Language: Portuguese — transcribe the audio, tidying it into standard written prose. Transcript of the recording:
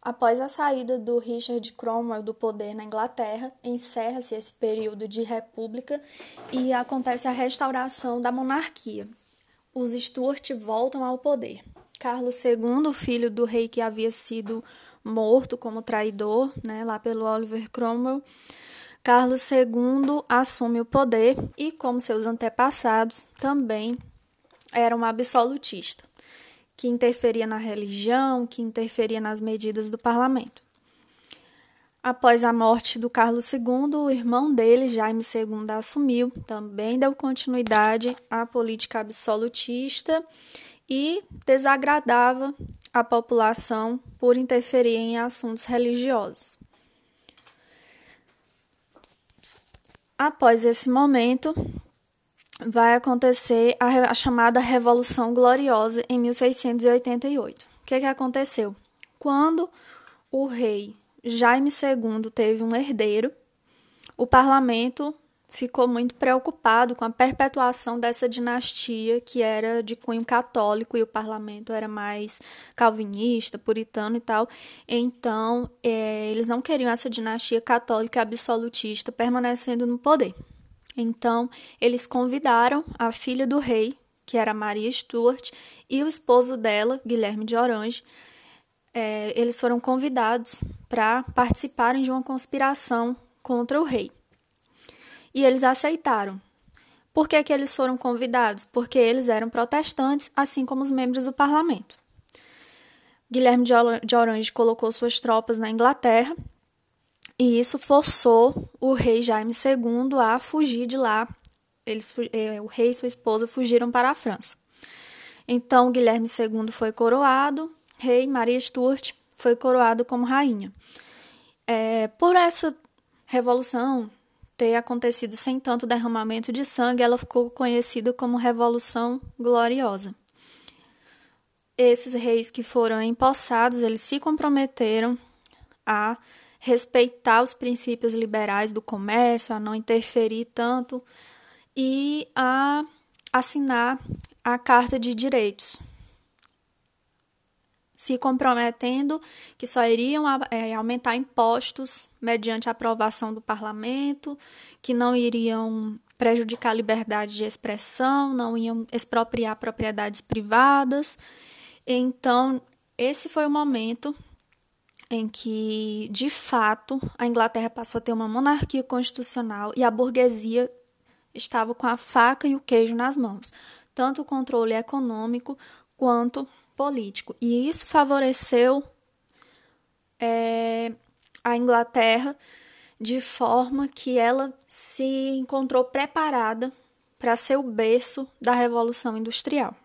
Após a saída do Richard Cromwell do poder na Inglaterra, encerra-se esse período de república e acontece a restauração da monarquia. Os Stuart voltam ao poder. Carlos II, filho do rei que havia sido morto como traidor, lá pelo Oliver Cromwell, Carlos II assume o poder e, como seus antepassados, também era um absolutista, que interferia na religião, que interferia nas medidas do parlamento. Após a morte do Carlos II, o irmão dele, Jaime II, assumiu, também deu continuidade à política absolutista e desagradava a população por interferir em assuntos religiosos. Após esse momento, vai acontecer a chamada Revolução Gloriosa em 1688. O que aconteceu? Quando o rei Jaime II teve um herdeiro, o parlamento ficou muito preocupado com a perpetuação dessa dinastia que era de cunho católico e o parlamento era mais calvinista, puritano e tal. Então, eles não queriam essa dinastia católica absolutista permanecendo no poder. Então, eles convidaram a filha do rei, que era Maria Stuart, e o esposo dela, Guilherme de Orange. Eles foram convidados para participarem de uma conspiração contra o rei. E eles aceitaram. Por que eles foram convidados? Porque eles eram protestantes, assim como os membros do parlamento. Guilherme de Orange colocou suas tropas na Inglaterra e isso forçou o rei Jaime II a fugir de lá. O rei e sua esposa fugiram para a França. Então, Guilherme II foi coroado, rei, Maria Stuart foi coroada como rainha. Por essa revolução ter acontecido sem tanto derramamento de sangue, ela ficou conhecida como Revolução Gloriosa. Esses reis que foram empossados, eles se comprometeram a respeitar os princípios liberais do comércio, a não interferir tanto e a assinar a Carta de Direitos, se comprometendo que só iriam aumentar impostos mediante a aprovação do parlamento, que não iriam prejudicar a liberdade de expressão, não iam expropriar propriedades privadas. Então, esse foi o momento em que, de fato, a Inglaterra passou a ter uma monarquia constitucional e a burguesia estava com a faca e o queijo nas mãos, tanto o controle econômico quanto político. E isso favoreceu a Inglaterra de forma que ela se encontrou preparada para ser o berço da Revolução Industrial.